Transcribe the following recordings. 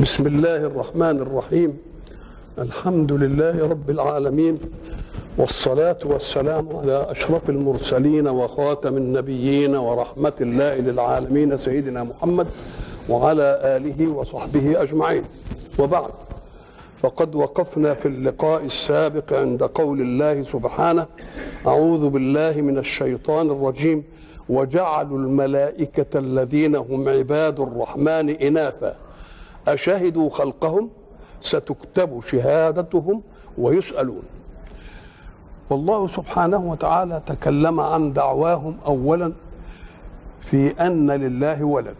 بسم الله الرحمن الرحيم. الحمد لله رب العالمين، والصلاة والسلام على أشرف المرسلين وخاتم النبيين ورحمة الله للعالمين سيدنا محمد وعلى آله وصحبه أجمعين. وبعد، فقد وقفنا في اللقاء السابق عند قول الله سبحانه: أعوذ بالله من الشيطان الرجيم، وجعلوا الملائكة الذين هم عباد الرحمن إناثا أشهدوا خلقهم ستكتب شهادتهم ويسألون. والله سبحانه وتعالى تكلم عن دعواهم أولا في أن لله ولد،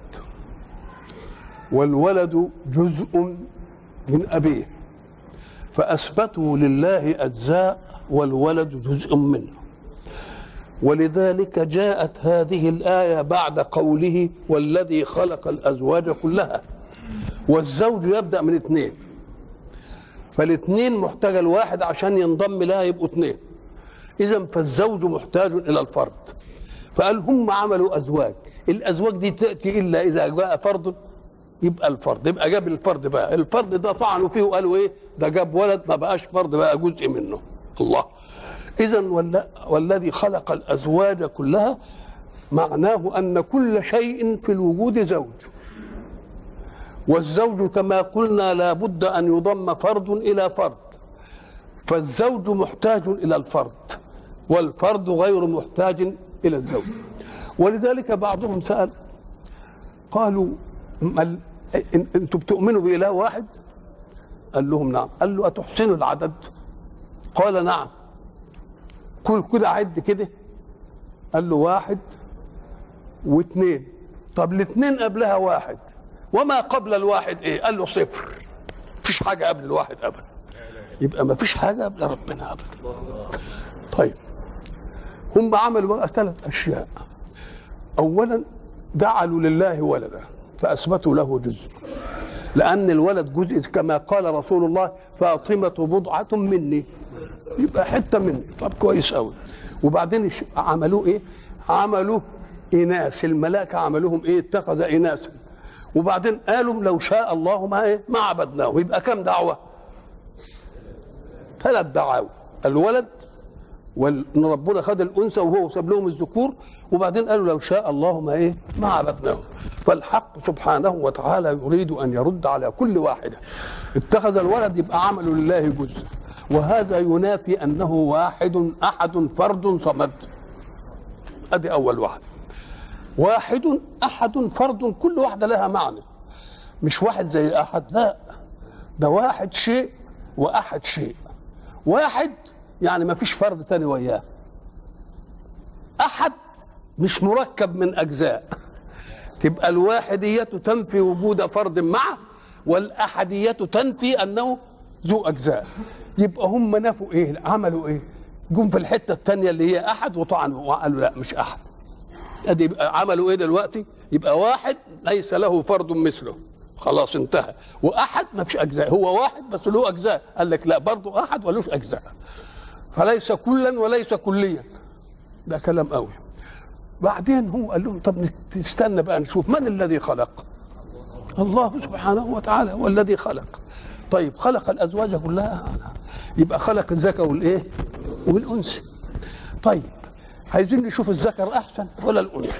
والولد جزء من أبيه، فأثبتوا لله أجزاء والولد جزء منه. ولذلك جاءت هذه الآية بعد قوله: والذي خلق الأزواج كلها. والزوج يبدأ من اثنين، فالاثنين محتاج الواحد عشان ينضم لها يبقوا اثنين، إذن فالزوج محتاج إلى الفرد. فقال هم عملوا أزواج، الأزواج دي تأتي إلا إذا جاء فرد، يبقى الفرد، يبقى جاب الفرد بقى، الفرد ده طعنوا فيه وقالوا إيه؟ ده جاب ولد ما بقاش فرد، بقى جزء منه الله. إذن والذي خلق الأزواج كلها معناه أن كل شيء في الوجود زوج، والزوج كما قلنا لا بد أن يضم فرد إلى فرد، فالزوج محتاج إلى الفرد والفرد غير محتاج إلى الزوج. ولذلك بعضهم سأل قالوا: أنتم بتؤمنوا بإله واحد؟ قال لهم: نعم. قال له: أتحسنوا العدد؟ قال: نعم. قل كده عد كده. قال له: 1 و2. طب الاثنين قبلها 1، وما قبل الواحد ايه؟ قال له 0. مفيش حاجه قبل الواحد ابدا، يبقى مفيش حاجه قبل ربنا ابدا. طيب، هم عملوا بقى 3 أشياء. اولا جعلوا لله ولدا فاثبتوا له جزء، لان الولد جزء كما قال رسول الله: فاطمه بضعه مني، يبقى حته مني. طب كويس قوي. وبعدين عملوه ايه؟ عملوا اناث، الملائكه عملوهم ايه؟ اتخذ اناثا. وبعدين قالوا: لو شاء الله ما عبدناه. يبقى كم دعوه؟ 3 دعاوى: الولد، وان ربنا خد الانثى وهو ساب لهم الذكور، وبعدين قالوا: لو شاء الله ما عبدناه. فالحق سبحانه وتعالى يريد ان يرد على كل واحده اتخذ الولد، يبقى عملوا لله جزء، وهذا ينافي انه واحد احد فرد صمد. ادي اول واحده، واحد احد فرد، كل واحده لها معنى، مش واحد زي احد، لا، ده واحد شيء واحد شيء. واحد يعني ما فيش فرد ثاني وياه، احد مش مركب من اجزاء، تبقى الواحديه تنفي وجود فرد معه، والاحديه تنفي انه ذو اجزاء. يبقى هم نفوا ايه؟ عملوا ايه؟ جم في الحته الثانيه اللي هي احد وطعنوا وقالوا لا مش احد. ادي عملوا ايه دلوقتي؟ يبقى واحد ليس له فرد مثله، خلاص انتهى. واحد ما فيش اجزاء، هو واحد بس له اجزاء، قال لك لا، برضه احد ولوش اجزاء، فليس كلا وليس كليا. ده كلام قوي. بعدين هو قال لهم: طب نستنى بقى نشوف من الذي خلق. الله سبحانه وتعالى هو الذي خلق. طيب، خلق الازواج كلها، يبقى خلق الذكر والايه؟ والانثى. طيب، عايزين نشوف الذكر احسن ولا الانثى؟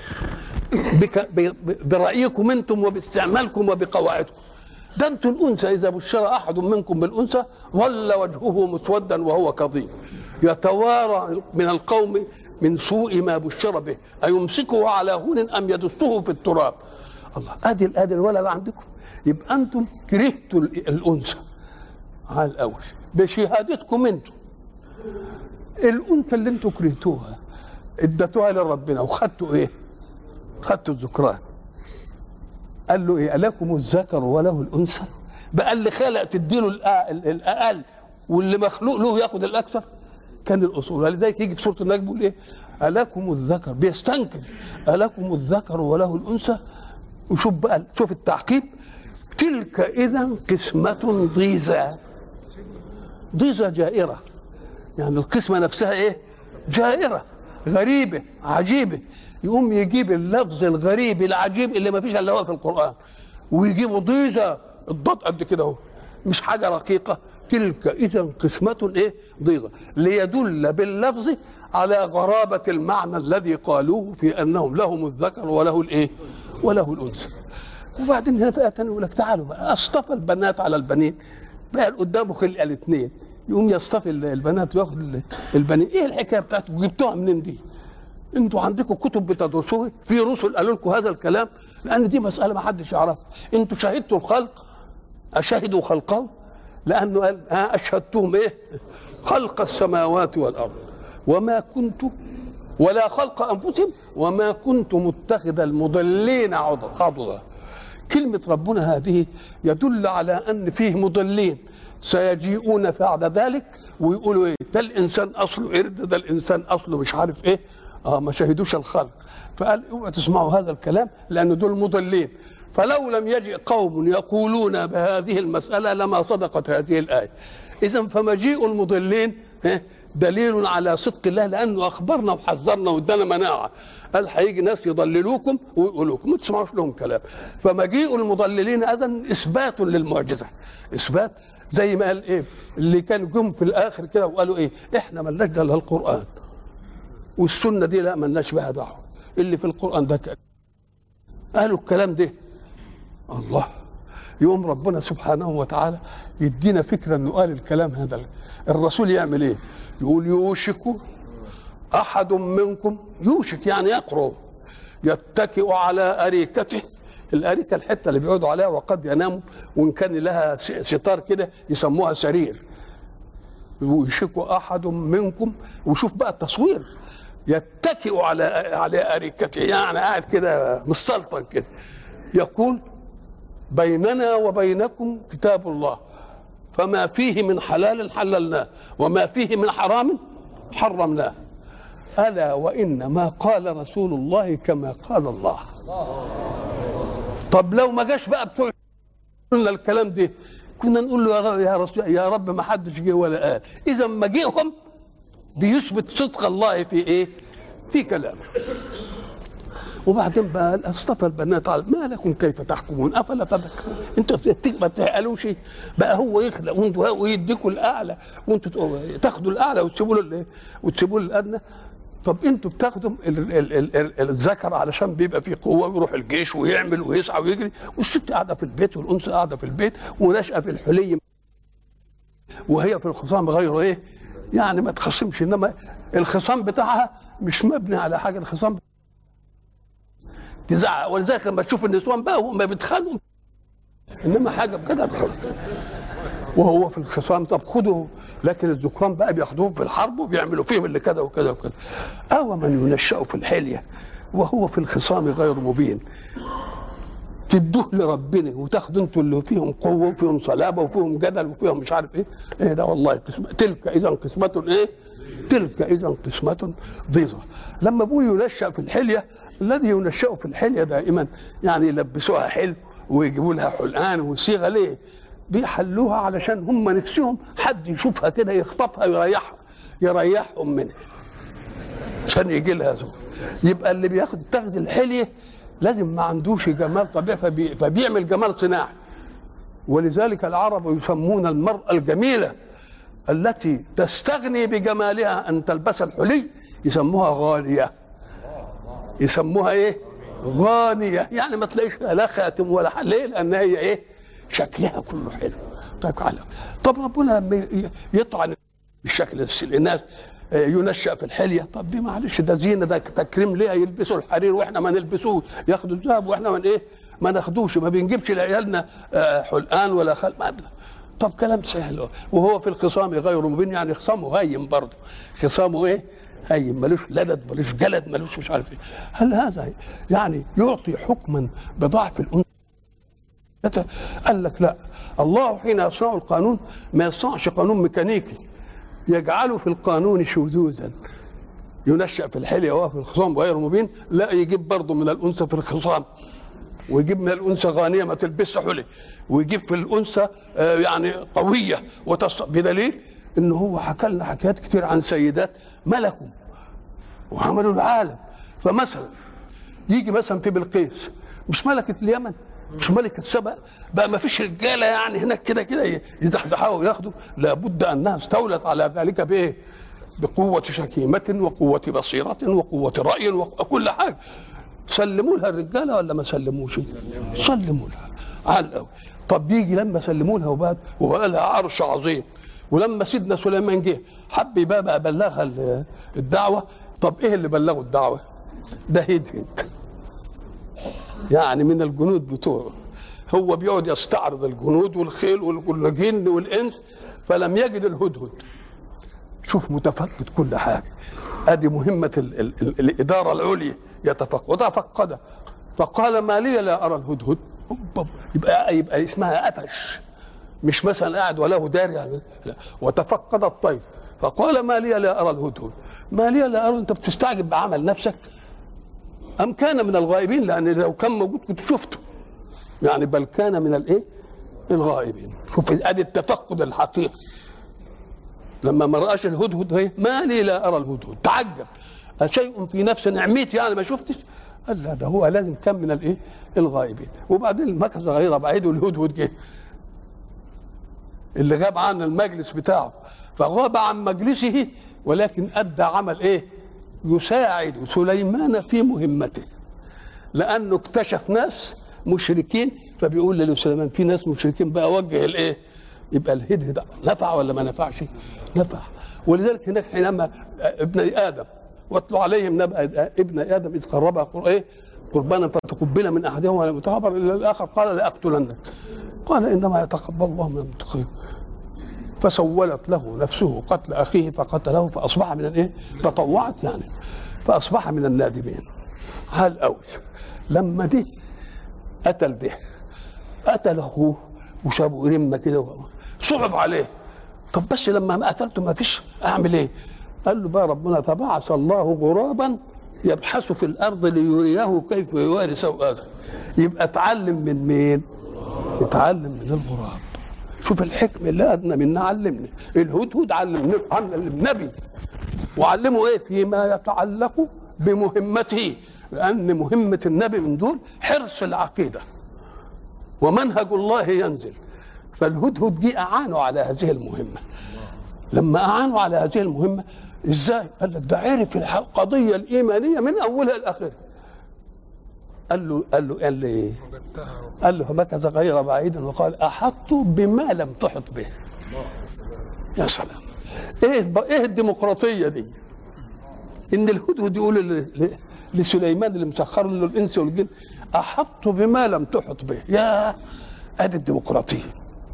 برايكم انتم وباستعمالكم وبقواعدكم. ده انتم الانثى اذا بشر احد منكم بالانثى ظل وجهه مسودا وهو كظيم يتوارى من القوم من سوء ما بشر به، ايمسكه على هون ام يدسه في التراب. الله، ادي الولد عندكم. يبقى انتم كرهتوا الانثى على الاول بشهادتكم انتم. الانثى اللي انتم كرهتوها اديتوها لربنا وخدتوا ايه؟ خدتوا الذكران. قال له ايه؟ الكم الذكر وله الانثى؟ بقى اللي خلق تديله الاقل واللي مخلوق له ياخد الاكثر. كان الاصول. ولذلك يجي في سوره النجم يقول ايه؟ الكم الذكر، بيستنكر الكم الذكر وله الانثى. وشوف بقى، شوف التعقيب: تلك اذا قسمه ضيزى. ضيزى جائره، يعني القسمه نفسها ايه؟ جائره، غريبه، عجيبه. يقوم يجيب اللفظ الغريب العجيب اللي ما فيش الا هو في القران، ويجيبوا ضيزه الضاد قد كده اهو، مش حاجه رقيقه. تلك اذا قسمه ايه ضيغه، ليدل باللفظ على غرابه المعنى الذي قالوه في انهم لهم الذكر وله الايه وله الانثى. وبعدين هنا فئه ثانيه يقول لك تعالوا بقى اصطفى البنات على البنين، بقى قدامه خلق الاثنين يقوم يصطفي البنات وياخد البنين. ايه الحكايه بتاعتكم؟ جبتوها منين دي؟ انتوا عندكم كتب بتدرسوها؟ في رسل قالوا لكم هذا الكلام؟ لان دي مساله ما حدش يعرفها. انتوا شهدتوا الخلق؟ اشهدوا خلقه؟ لانه قال اشهدتهم ايه؟ خلق السماوات والارض وما كنت ولا خلق انفسهم وما كنت متخذ المضلين عضدا. كلمه ربنا هذه يدل على ان فيه مضلين سيجيئون بعد ذلك ويقولوا ايه؟ ده الانسان اصله قرد، ده الانسان اصله مش عارف ايه. ما شهدوش الخلق. فقال اوعوا تسمعوا هذا الكلام لان دول مضلين. فلو لم يجئ قوم يقولون بهذه المسألة لما صدقت هذه الآية. إذن فمجيء المضلين دليل على صدق الله، لأنه أخبرنا وحذرنا وادانا مناعة. قال هيجي ناس يضللوكم ويقولوكم ما تسمعوش لهم كلام. فمجيء المضللين إذن إثبات للمعجزة، إثبات زي ما قال إيه اللي كانوا جم في الآخر كده وقالوا إيه؟ إحنا ملناش دعوة القرآن والسنة دي لا ملناش بها دعوة، اللي في القرآن ده كده. قالوا الكلام ده الله. يوم ربنا سبحانه وتعالى يدينا فكرة انه قال الكلام هذا. الرسول يعمل ايه؟ يقول يوشك احد منكم، يوشك يعني يقرب، يتكئ على اريكته. الاريكه الحته اللي بيقعدوا عليها وقد يناموا، وان كان لها ستار كده يسموها سرير. يوشك احد منكم، وشوف بقى التصوير، يتكئ على اريكته يعني قاعد كده مستلطن كده، يقول بيننا وبينكم كتاب الله فما فيه من حلال حللناه وما فيه من حرام حرمناه ألا وإن ما قال رسول الله كما قال الله. طب لو ما جاش بقى بتوع لنا الكلام ده كنا نقول له يا رسول يا رب ما حدش جه ولا قال. إذا مجيئهم بيثبت صدق الله في إيه؟ في كلامه. وبعدين بقى اصطفى البنات على ما لكم كيف تحكمون افلا تذكرون. انتوا ما تقالوش بقى هو يخلق وانتوا ويديكوا الاعلى وانتوا تاخدوا الاعلى وتسيبوا له الادنى. طب انتوا بتاخدوا الذكر علشان بيبقى فيه قوه ويروح الجيش ويعمل ويسعى ويجري، والست قاعده في البيت والانثى قاعده في البيت ونشأة في الحلي وهي في الخصام غير ايه؟ يعني ما تخصمش. انما الخصام بتاعها مش مبني على حاجه، الخصام تزعق. ولذلك لما تشوف النسوان بقى وهم بيتخانقوا انما حاجه بكده وهو في الخصام. طب خدوا، لكن الذكران بقى بياخدوهم في الحرب وبيعملوا فيهم اللي كذا وكذا وكذا. او من ينشأ في الحليه وهو في الخصام غير مبين، تدوه لربنا وتاخدوا انتوا اللي فيهم قوه وفيهم صلابه وفيهم جدل وفيهم مش عارف ايه. ايه ده والله تلك اذا قسمه ايه؟ تلك اذا قسمه ضيزه. لما بقول ينشأ في الحليه، الذي ينشأ في الحليه دائما يعني يلبسوها حلو ويجيبوا لها حلقان وصيغه. ليه؟ بيحلوها علشان هم نفسهم حد يشوفها كده يخطفها يريحهم منها عشان يجي لها زوج. يبقى اللي تاخد الحليه لازم ما عندوش جمال طبيعي فبيعمل جمال صناعي. ولذلك العرب يسمون المرأة الجميلة التي تستغني بجمالها أن تلبس الحلي يسموها غالية. يسموها إيه؟ غانية. يعني ما تلاقيش لا خاتم ولا حليل لأن هي إيه؟ شكلها كله حلو. طب ربنا لما يطعن بالشكل الناس ينشأ في الحليه، طب دي معلش ده زينه، ده تكريم ليها، يلبسوا الحرير واحنا ما نلبسوه، ياخدوا الذهب واحنا من ايه؟ ما ناخدوش، ما بنجيبش لعيالنا حلقان ولا خل ما أبدا. طب كلام سهل. وهو في الخصام غير مبين، يعني خصامه هيم برضه، خصامه ايه؟ هيم، ملوش لدد ملوش جلد ملوش مش عارف ايه. هل هذا يعني يعطي حكما بضعف الانثى؟ قال لك لا، الله حين يصنع القانون ما يصنعش قانون ميكانيكي يجعله في القانون شذوذا. ينشأ في الحليه وهو في الخصام غير مبين، لا يجيب برضه من الانثى في الخصام، ويجيب من الانثى غانيه ما تلبسش حلي، ويجيب في الانثى يعني قويه بدليل ان هو حكى لنا حكايات كتير عن سيدات ملكوا وعملوا العالم. فمثلا يجي مثلا في بلقيس، مش ملكه اليمن مش ملك السبأ بقى ما فيش رجاله يعني هناك كده يزحزحوا وياخدوا، لابد انها استولت على ذلك بايه؟ بقوه شكيمه وقوه بصيره وقوه راي وكل حاجه. سلموا لها الرجاله ولا ما سلموش؟ سلموا لها على الاول. طب يجي لما سلموا لها وبقى لها عرش عظيم، ولما سيدنا سليمان جه حب بقى بلغها الدعوه. طب ايه اللي بلغوا الدعوه؟ ده هدهد يعني من الجنود بتوعه، هو بيقعد يستعرض الجنود والخيل والجن والانس فلم يجد الهدهد. شوف متفقد كل حاجه. ادي مهمه الاداره العليا، وتفقد فقال ما لي لا ارى الهدهد. يبقى اسمها قفش، مش مثلا قاعد وله دار يعني. لا. وتفقد الطير فقال ما لي لا ارى الهدهد. ما لي لا ارى، انت بتستعجب بعمل نفسك ام كان من الغائبين؟ لان لو كان موجود كنت شفته يعني، بل كان من الايه؟ الغائبين. شوف ادي التفقد الحقيقي. لما ما رآش الهدهد هي ما لي لا ارى الهدهد، تعجب شيء في نفس نعمتي يعني ما شفتش؟ قال لا ده هو لازم كان من الايه؟ الغائبين. وبعدين مكث غير بعيد والهدهد جه اللي غاب عن المجلس بتاعه، فغاب عن مجلسه ولكن ادى عمل ايه؟ يساعد سليمان في مهمته، لانه اكتشف ناس مشركين فبيقول لسليمان في ناس مشركين بقى وجه الايه؟ يبقى الهدهد نفع ولا ما نفعش؟ نفع. ولذلك هناك حينما ابن ادم واتلو عليهم نبأ ابن ادم اذ قربا قربانا فتقبل من احدهما ولم يتقبل الا الاخر قال لاقتلنك قال انما يتقبل الله من المتقين. فسولت له نفسه قتل اخيه فقتله فاصبح من الايه؟ تطوعت يعني، فاصبح من النادمين. هل أوي لما دي قتل اخوه وشابه رمه كده صعب عليه. طب بس لما ما قتلته ما فيش اعمل ايه؟ قال له بقى ربنا فبعث الله غرابا يبحث في الارض ليريه كيف يواري سوءاته. يبقى اتعلم من مين؟ اتعلم من الغراب. شوف الحكمه اللي ادنى منها علمني. الهدهد علم النبي وعلمه ايه؟ فيما يتعلق بمهمته، لان مهمه النبي من دول حرص العقيده ومنهج الله ينزل. فالهدهد جه اعانوا على هذه المهمه. لما اعانوا على هذه المهمه ازاي؟ قال لك ده عرف القضيه الايمانيه من اولها لاخرها. قال له ايه؟ قال له فمكث غير بعيد وقال احط بما لم تحط به. يا سلام، ايه الديمقراطيه دي؟ ان الهدهد يقول لسليمان اللي مسخر له الانس والجن احط بما لم تحط به. يا ادي الديمقراطيه.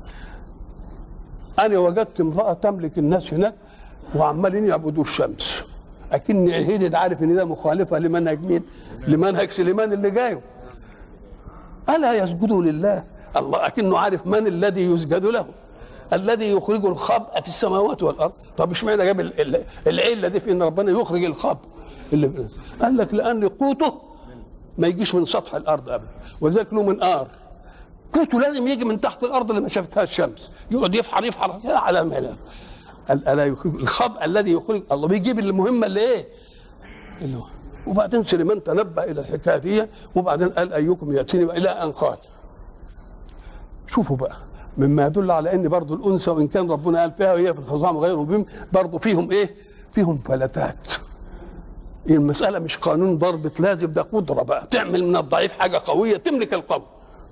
انا وجدت امراه تملك الناس هناك وعمالين يعبدوا الشمس، اكن الهدهد عارف ان ده مخالفه لمنهج مين؟ لمنهج سليمان اللي جايه. الا يسجدوا لله؟ الله اكنه عارف من الذي يسجد له، الذي يخرج الخبء في السماوات والارض. طب اشمعنى جاب العله دي في ان ربنا يخرج الخبء؟ اللي قال لك لان قوته ما يجيش من سطح الارض ابدا، ولذلك له منقار. قوته لازم يجي من تحت الارض اللي ما شافتها الشمس، يقعد يفحر على مهله. الا يخرج الخبء الذي يخرج، الله بيجيب المهمه اللي ايه؟ اللي هو. وبعدين سليمان تنبأ الى الحكايه دي، وبعدين قال ايكم ياتيني الى ان قال. شوفوا بقى مما يدل على ان برضه الانثى وان كان ربنا قال فيها وهي في الخصام غير مبين برضه فيهم ايه؟ فيهم فلتات. المساله مش قانون ضربة لازم، ده قدره بقى تعمل من الضعيف حاجه قويه تملك القوي.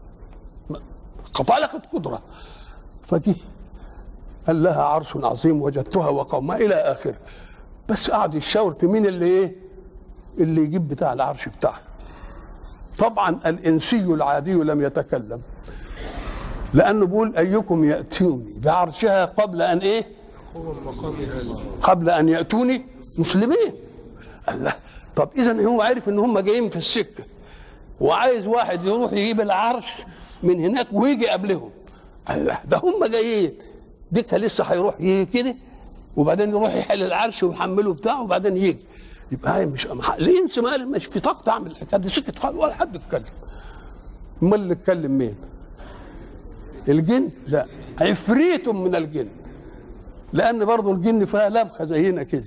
قطالقت قدره. فجي قال لها عرش عظيم وجدتها وقومها الى اخره. بس قعد يشاور في مين اللي ايه؟ اللي يجيب بتاع العرش بتاعه. طبعا الانسي العادي لم يتكلم، لانه بيقول ايكم ياتوني بعرشها قبل ان ايه؟ قبل ان ياتوني مسلمين. الله، طب اذا هو عارف ان هم جايين في السكه وعايز واحد يروح يجيب العرش من هناك ويجي قبلهم. الله، ده هم جايين ديكها لسه هيروح كده وبعدين يروح يحل العرش ويحمله بتاعه وبعدين يجي. يبقى هي مش الانس مش في طاقه تعمل الحكايه دي، سكت خالص ولا حد اتكلم. امال اللي اتكلم مين؟ الجن؟ لا، عفريت من الجن، لان برضه الجن فيها لبخه زينا كده.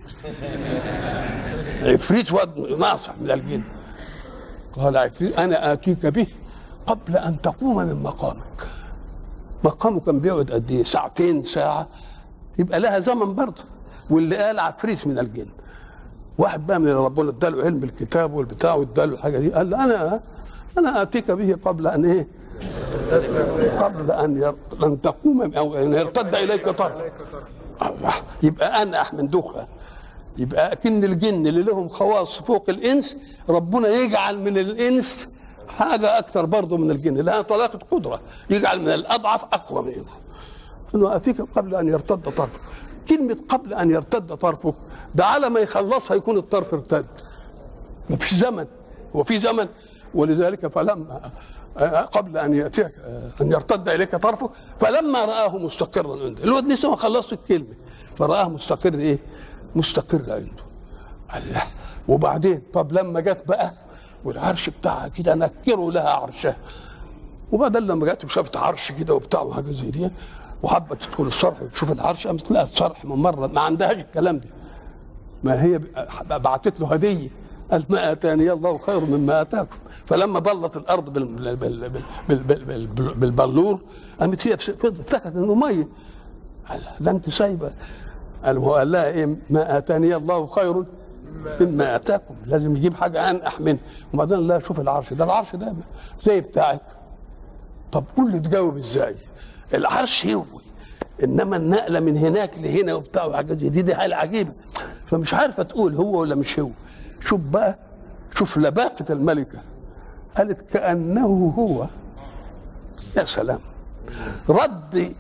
عفريت واد ناصح من الجن. قال عفريت انا اتيك به قبل ان تقوم من مقامك. مقامه كان بيقعد قد ايه؟ ساعتين، ساعه، يبقى لها زمن برضه. واللي قال عفريت من الجن، واحد بقى من ربنا اداله علم الكتاب والبتاع واداله الحاجه دي، قال له انا اتيك به قبل ان ايه؟ قبل ان تقوم او ان يرتد اليك طرف. الله، يبقى انا احمدوها. يبقى اكن الجن اللي لهم خواص فوق الانس، ربنا يجعل من الانس حاجه اكثر برضه من الجن، لها طلاقه قدره، يجعل من الاضعف اقوى منه. انه اتيك قبل ان يرتد طرفك. كلمه قبل ان يرتد طرفك ده على ما يخلصها يكون الطرف ارتد. ما فيش زمن، هو في زمن. ولذلك فلما قبل ان ياتيك ان يرتد اليك طرفك فلما رآه مستقرا عنده، الواد لسه ما خلصش الكلمه، فرآه مستقر ايه؟ مستقر عنده. الله. وبعدين طب لما جت بقى والعرش بتاعها كده نكروا لها عرشها، وبعدين لما جت وشافت عرش كده وبتاع وحاجه زي دي وحبت تدخل الصرح وتشوف العرش، قامت لقت صرح من مره، ما عندهاش الكلام ده. ما هي بعتت له هديه، قال ما اتاني الله خير مما اتاكم. فلما بلت الارض بالبلور قامت هي افتكرت انه ميه. قال ده انت سايبه. قال لها ايه؟ ما اتاني الله خير مما اتاكم، لازم يجيب حاجه انقح منه. وبعدين لا، شوف العرش ده، العرش ده زي بتاعك. طب قول لي تجاوب ازاي؟ العرش هو، انما النقله من هناك لهنا وبتاع وحاجات دي حاجه عجيبه، فمش عارفه تقول هو ولا مش هو. شوف بقى، شوف لباقه الملكه، قالت كانه هو. يا سلام، رد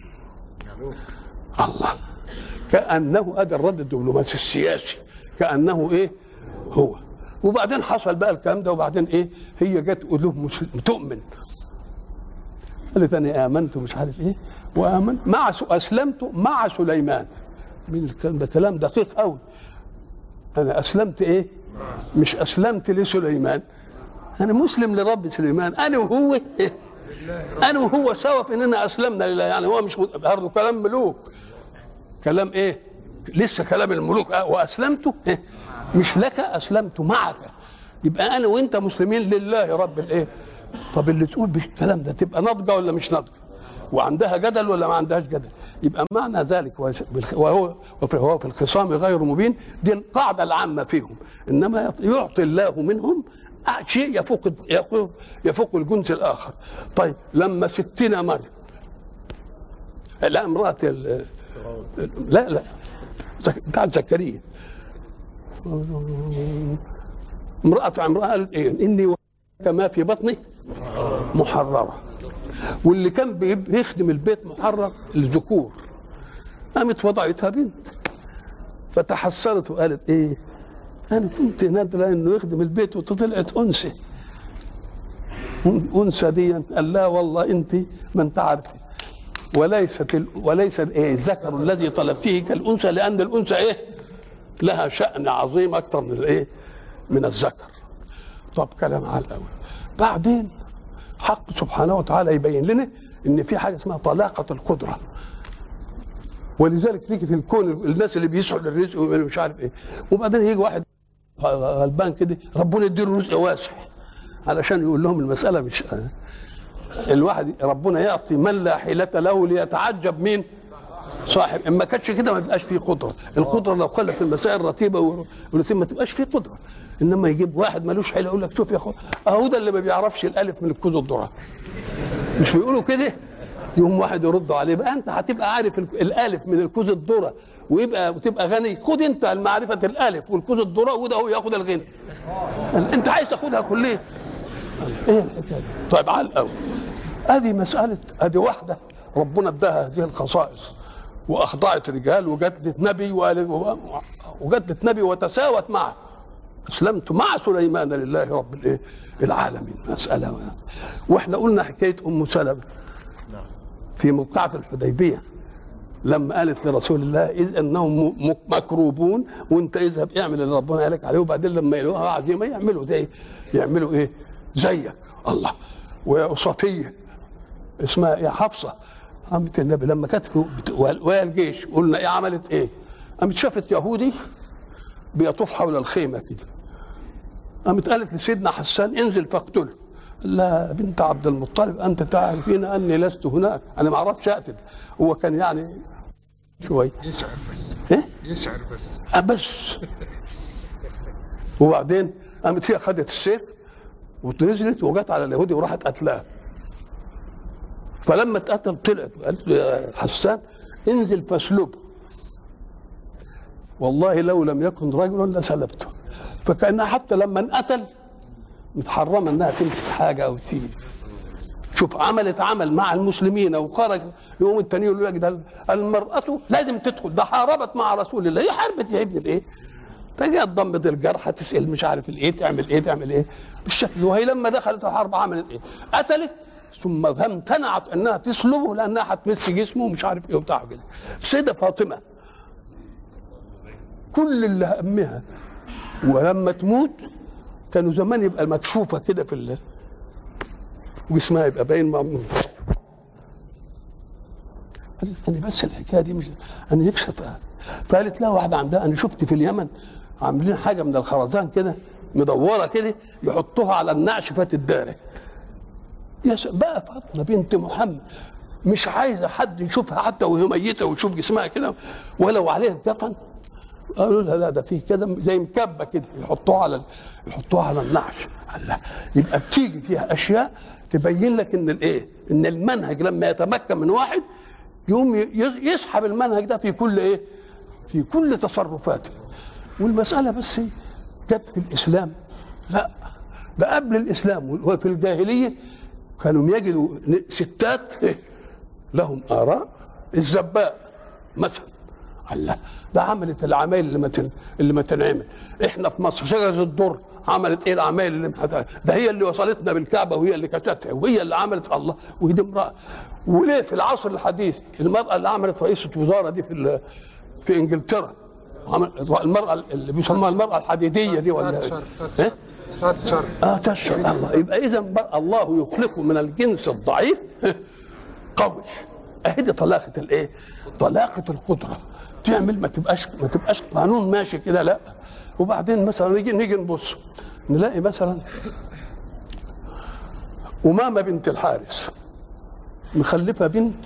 الله، كانه ادى الرد الدبلوماسي السياسي، كانه ايه؟ هو. وبعدين حصل بقى الكلام ده، وبعدين ايه؟ هي جت قلوب تؤمن، قالت انا امنت مش عارف ايه، وامن مع اسلمت مع سليمان. من الكلام ده كلام دقيق قوي. انا اسلمت ايه؟ مش اسلمت لسليمان، انا مسلم لرب سليمان، انا وهو إيه؟ انا وهو سوا في اننا اسلمنا لله. يعني هو مش برضه كلام ملوك، كلام ايه؟ لسه كلام الملوك. واسلمت إيه؟ مش لك، اسلمت معك. يبقى انا وانت مسلمين لله رب الايه؟ طب اللي تقول بالكلام ده تبقى ناضجه ولا مش ناضجه؟ وعندها جدل ولا ما عندهاش جدل؟ يبقى معنى ذلك وهو في الخصام غير مبين، دي القاعده العامه فيهم. انما يعطي الله منهم شيء يفوق الجنس الاخر. طيب لما ستنا مريم، لا امراه لا بتاعت زكريا، امراه قالت ايه؟ اني كما في بطني محرره. واللي كان بيخدم البيت محرر الذكور، قامت وضعتها بنت، فتحسرت وقالت ايه؟ انا كنت نادره انه يخدم البيت وطلعت انثى. انثى دي قال لا والله انت ما انت عارفه، وليس ايه الذكر الذي طلبتيه كالانثى، لان الانثى ايه؟ لها شأن عظيم اكثر من الايه؟ من الذكر. طب كلام على الاول. بعدين حق سبحانه وتعالى يبين لنا ان في حاجه اسمها طلاقه القدره. ولذلك تيجي في الكون الناس اللي بيسعوا للرزق ومش عارف ايه، وبعدين يجي واحد غلبان كده ربنا يديله رزق واسع علشان يقول لهم المساله مش الواحد ربنا يعطي من لا حيلة له ليتعجب مين؟ صاحب. اما كانتش كده ما يبقاش فيه قدره. القدره لو خلت المسائل رتيبه ما تبقاش فيه قدره. انما يجيب واحد ملوش حيله يقول لك شوف يا اخو اهو ده اللي ما بيعرفش الالف من الكوز الذره، مش بيقولوا كده؟ يوم واحد يرد عليه بقى انت هتبقى عارف الالف من الكوز الذره وتبقى غني، خد انت المعرفه الالف والكوز الذره وده هو ياخد الغنى. انت عايز تاخدها كليه؟ ايه الحكايه؟ طيب على الاول ادي مساله، ادي واحده ربنا اداها هذه الخصائص واخضعت رجال وجدت نبي وجدت نبي وتساوت معه. اسلمت مع سليمان لله رب الايه؟ العالمين. مساله. واحنا قلنا حكايه ام سلمة في موقعة الحديبيه لما قالت لرسول الله اذ انهم مكروبون وانت اذهب اعمل اللي ربنا قالك عليه، وبعدين لما يلوها عزيمه يعملوا ايه؟ زيك. الله. وصفيه اسمها ايه؟ حفصه قامت النبي لما كانت ويا الجيش قلنا ايه عملت ايه؟ قامت شافت يهودي بيطوف حول الخيمه كده، قامت قالت لسيدنا حسان انزل فاقتله، لا بنت عبد المطلب انت تعرفين اني لست هناك، انا ما اعرفش اقتل. هو كان يعني شويه يشعر بس. ايه يشعر بس. بس. وبعدين قامت هي خدت السيف ونزلت وجت على اليهودي وراحت قتلاه. فلما اتقتل طلعت قالت له يا حسان انزل فاسلبه، والله لو لم يكن رجلا لسلبته. فكانها حتى لما انقتل متحرمه انها تمسك حاجه او تيجي. شوف عملت عمل مع المسلمين وخرج يوم التاني يقول لك ده المراه لازم تدخل، ده حاربت مع رسول الله. هي حاربت يا ابن الايه؟ تجي تضمد الجرح، تسال مش عارف الايه، تعمل ايه تعمل ايه بالشكل. وهي لما دخلت الحرب عملت ايه؟ قتلت ثم امتنعت انها تسلبه لانها هتمس جسمه ومش عارف ايه وبتاع كده. سيده فاطمه كل اللي همها ولما تموت كانوا زمان يبقى مكشوفه كده في وجسمها يبقى باين. انا بس الحكايه دي مش انا نفسي. فقالت لها واحده عندها انا شفت في اليمن عاملين حاجه من الخرزان كده مدوره كده يحطوها على النعش فتتدارك. يا بقى فاطمه بنت محمد مش عايزه حد يشوفها حتى وهي ميته ويشوف جسمها كده ولو عليه كفن. قالوا لها لا ده فيه كده زي مكبه كده يحطوها على النعش. الله، يبقى بتيجي فيها اشياء تبين لك ان الايه؟ ان المنهج لما يتمكن من واحد يقوم يسحب المنهج ده في كل ايه؟ في كل تصرفاته. والمساله بس جت في الاسلام؟ لا، ده قبل الاسلام وفي الجاهليه كانوا يجدوا ستات لهم اراء. الزباء مثلا، الله، ده عملت العمايل اللي ما تنعمل. احنا في مصر شجره الدر عملت ايه العمايل اللي ده هي اللي وصلتنا بالكعبه وهي اللي كشفتها وهي اللي عملت الله. ودي امراه. وليه في العصر الحديث المراه اللي عملت رئيسه وزاره دي في انجلترا، المراه اللي بيسموها المراه الحديديه دي ولا ايه؟ تشر. الله، يبقى اذا الله يخلق من الجنس الضعيف قوي. اهدي طلاقه الايه؟ طلاقه القدره تعمل، ما تبقاش قانون ماشي كده، لا. وبعدين مثلا نيجي نبص نلاقي مثلا أمامة بنت الحارث مخلفة بنت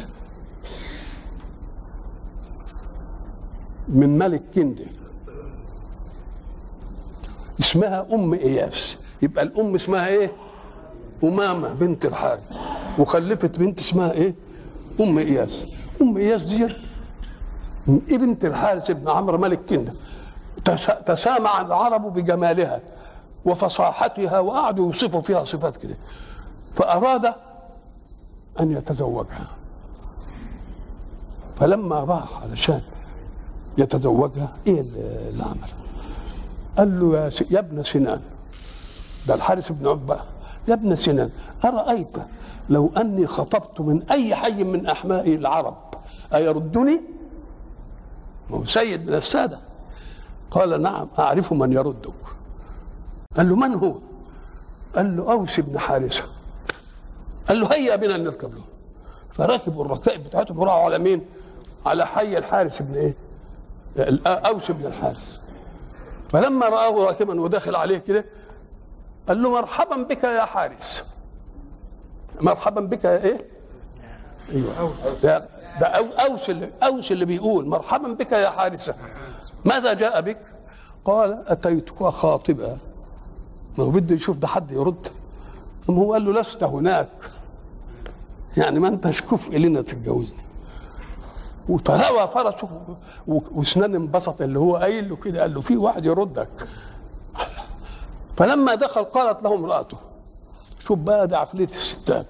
من ملك كندي اسمها أم إياس. يبقى الأم اسمها إيه؟ أمامة بنت الحارث، وخلفت بنت اسمها إيه؟ أم إياس. أم إياس دي ابنة الحارث بن عمرو ملك كندي. تسامع العرب بجمالها وفصاحتها وقعدوا يوصفوا فيها صفات كده، فأراد أن يتزوجها. فلما راح علشان يتزوجها ايه اللي عمل؟ قال له يا ابن سنان، ده الحارث بن عقبة، يا ابن سنان أرأيت لو أني خطبت من أي حي من أحماء العرب أيردني؟ هو سيد من السادة. قال نعم أعرف من يردك. قال له من هو؟ قال له أوس بن حارثة. قال له هيا بنا نركب له. فركبوا الركائب بتاعتهم وراحوا على مين؟ على حي الحارث بن ايه؟ أوس بن الحارث. فلما رآه راكبا ودخل عليه كده قال له مرحبا بك يا حارث. مرحبا بك يا ايه؟ ايوه ده أوس اللي بيقول مرحبا بك يا حارثة. ماذا جاء بك؟ قال أتيتك خاطبا. ما هو بده يشوف ده حد يرد. أما هو قال له لست هناك، يعني ما انتش كفء لنا تتجوزني. وتهوى فرسه واسنان انبسط اللي هو قايل له كده، قال له في واحد يردك. فلما دخل قالت له امرأته، شوف بقى ده عقلية الستات،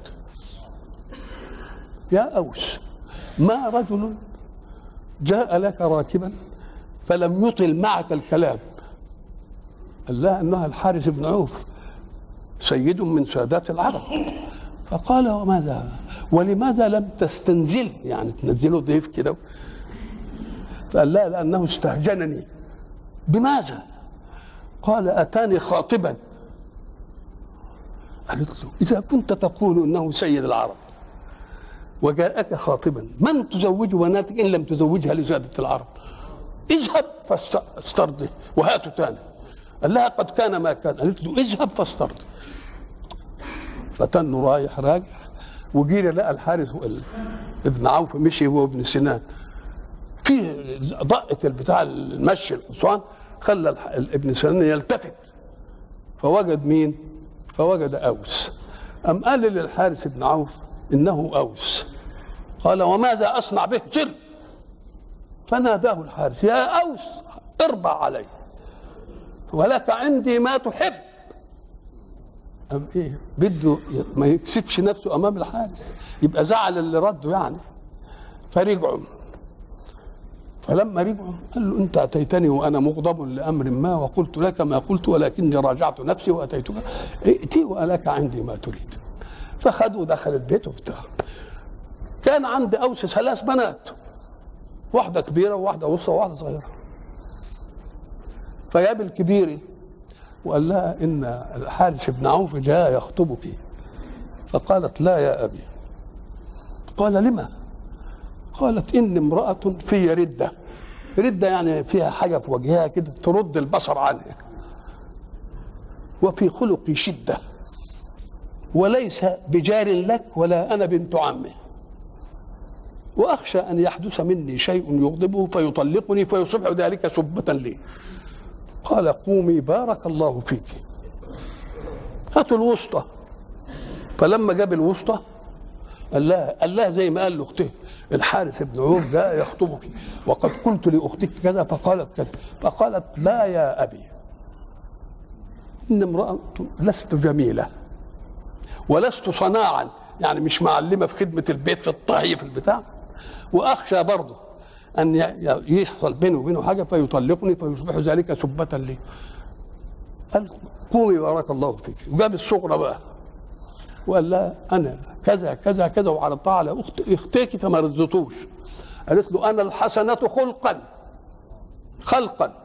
يا أوس ما رجل جاء لك راكبا فلم يطل معك الكلام. قال لها انها الحارث بن عوف سيد من سادات العرب. فقال وماذا ولماذا لم تستنزل، يعني تنزله ضيف كده؟ فقال لا لأنه استهجنني. بماذا؟ قال أتاني خاطبا. قالت له إذا كنت تقول إنه سيد العرب وجاءك خاطبا من تزوج بناتك إن لم تزوجها لسادة العرب؟ اذهب فاسترضه وهاته تاني. قال لها قد كان ما كان. قالت له اذهب فاسترضه. فتنه رايح راجع، وجينا لقى الحارث ابن عوف مشي هو ابن سنان فيه ضقه البتاع المشي الحصان، خلى ابن سنان يلتفت فوجد مين؟ فوجد اوس. ام قال للحارث بن عوف انه اوس. قال وماذا اصنع به؟ سل. فناداه الحارث يا اوس اربع علي ولك عندي ما تحب. أم ايه بده ما يكسفش نفسه امام الحارس، يبقى زعل اللي رده يعني. فرجعوا، فلما رجعوا قال له انت اتيتني وانا مغضب لامر ما وقلت لك ما قلت ولكني راجعت نفسي واتيتك، ائتي ولك عندي ما تريد. فخدوا دخل البيت وبتاع. كان عند اوس 3 بنات، واحده كبيره وواحده وسطى وواحده صغيره. فجاب الكبيره وقال لها ان الحارث بن عوف جاء يخطبك. فقالت لا يا ابي. قال لما؟ قالت إني امرأة في ردة. ردة يعني فيها حاجة في وجهها كده ترد البصر عنها، وفي خلقي شدة، وليس بجار لك ولا أنا بنت عمه، وأخشى أن يحدث مني شيء يغضبه فيطلقني فيصبح ذلك سبة لي. قال قومي بارك الله فيك، هاتوا الوسطى. فلما جاب الوسطى قال لها زي ما قال لاخته الحارث بن عوف جاء يخطبك وقد قلت لاختك كذا فقالت كذا. فقالت لا يا ابي، ان امراه لست جميله ولست صناعا، يعني مش معلمه في خدمه البيت في الطهي في البتاع، واخشى برضه ان يحصل بيني وبينه حاجه فيطلقني فيصبح ذلك سبه لي. قال قومي بارك الله فيك. وجاب الصغرى بقى وقال لها انا كذا كذا كذا وعرضتها على اختك فما رضيتوش. قالت له انا الحسنه خلقا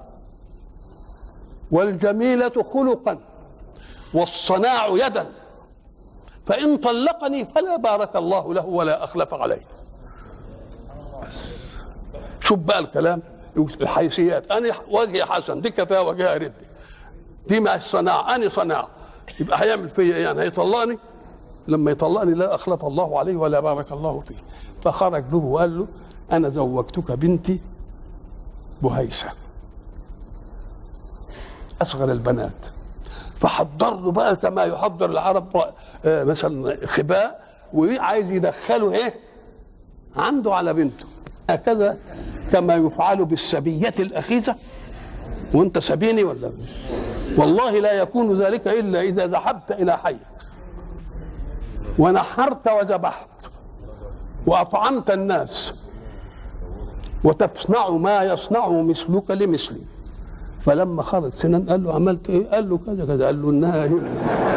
والجميله خلقا والصناع يدا، فان طلقني فلا بارك الله له ولا اخلف عليه. بس شوف بقى الكلام الحيثيات. انا وجهي حسن، دي كفايه وجهها ردي، دي مع الصناعه، انا صناعه، يبقى هيعمل فيا ايه يعني؟ هيطلقني؟ لما يطلقني لا اخلف الله عليه ولا بارك الله فيه. فخرج له وقال له انا زوجتك بنتي بهيسه اصغر البنات. فحضر له بقى كما يحضر العرب مثلا خباء، وعايز يدخله ايه عنده على بنته، هكذا كما يفعل بالسبيه الاخيسه. وانت سبيني ولا مش؟ والله لا يكون ذلك الا اذا ذهبت الى حي ونحرت وذبحت وأطعمت الناس وتصنع ما يصنع مثلك لمثلي. فلما خرج سنان قال له عملت ايه؟ قال له كذا كذا. قال له انها هنا.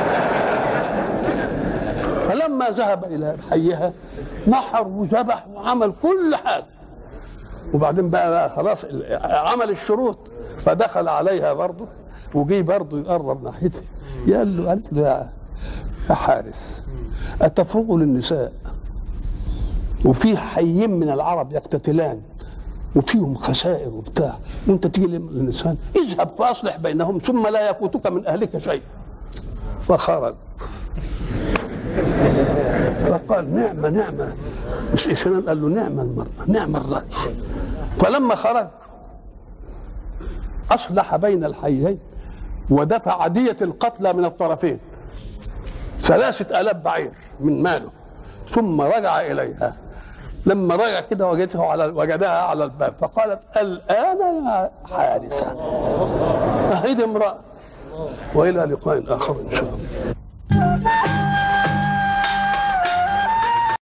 فلما ذهب الى حيها نحر وذبح وعمل كل حاجه، وبعدين بقى خلاص عمل الشروط، فدخل عليها برضه وجي برضه يقرب ناحيتها. قالت له يا حارس أتفرغ للنساء وفي حيين من العرب يقتتلان وفيهم خسائر وبتاع، وانت تيجي للنساء؟ اذهب فاصلح بينهم ثم لا يفوتك من اهلك شيء. فخرج فقال نعمة مش سنان. قال له نعم المرأة نعم الرأي. فلما خرج أصلح بين الحيين ودفع دية القتلى من الطرفين 3000 بعير من ماله، ثم رجع إليها. لما رجع كده وجدها على الباب، فقالت الآن يا حارسة. أهيد امرأة. وإلى لقاء آخر إن شاء الله.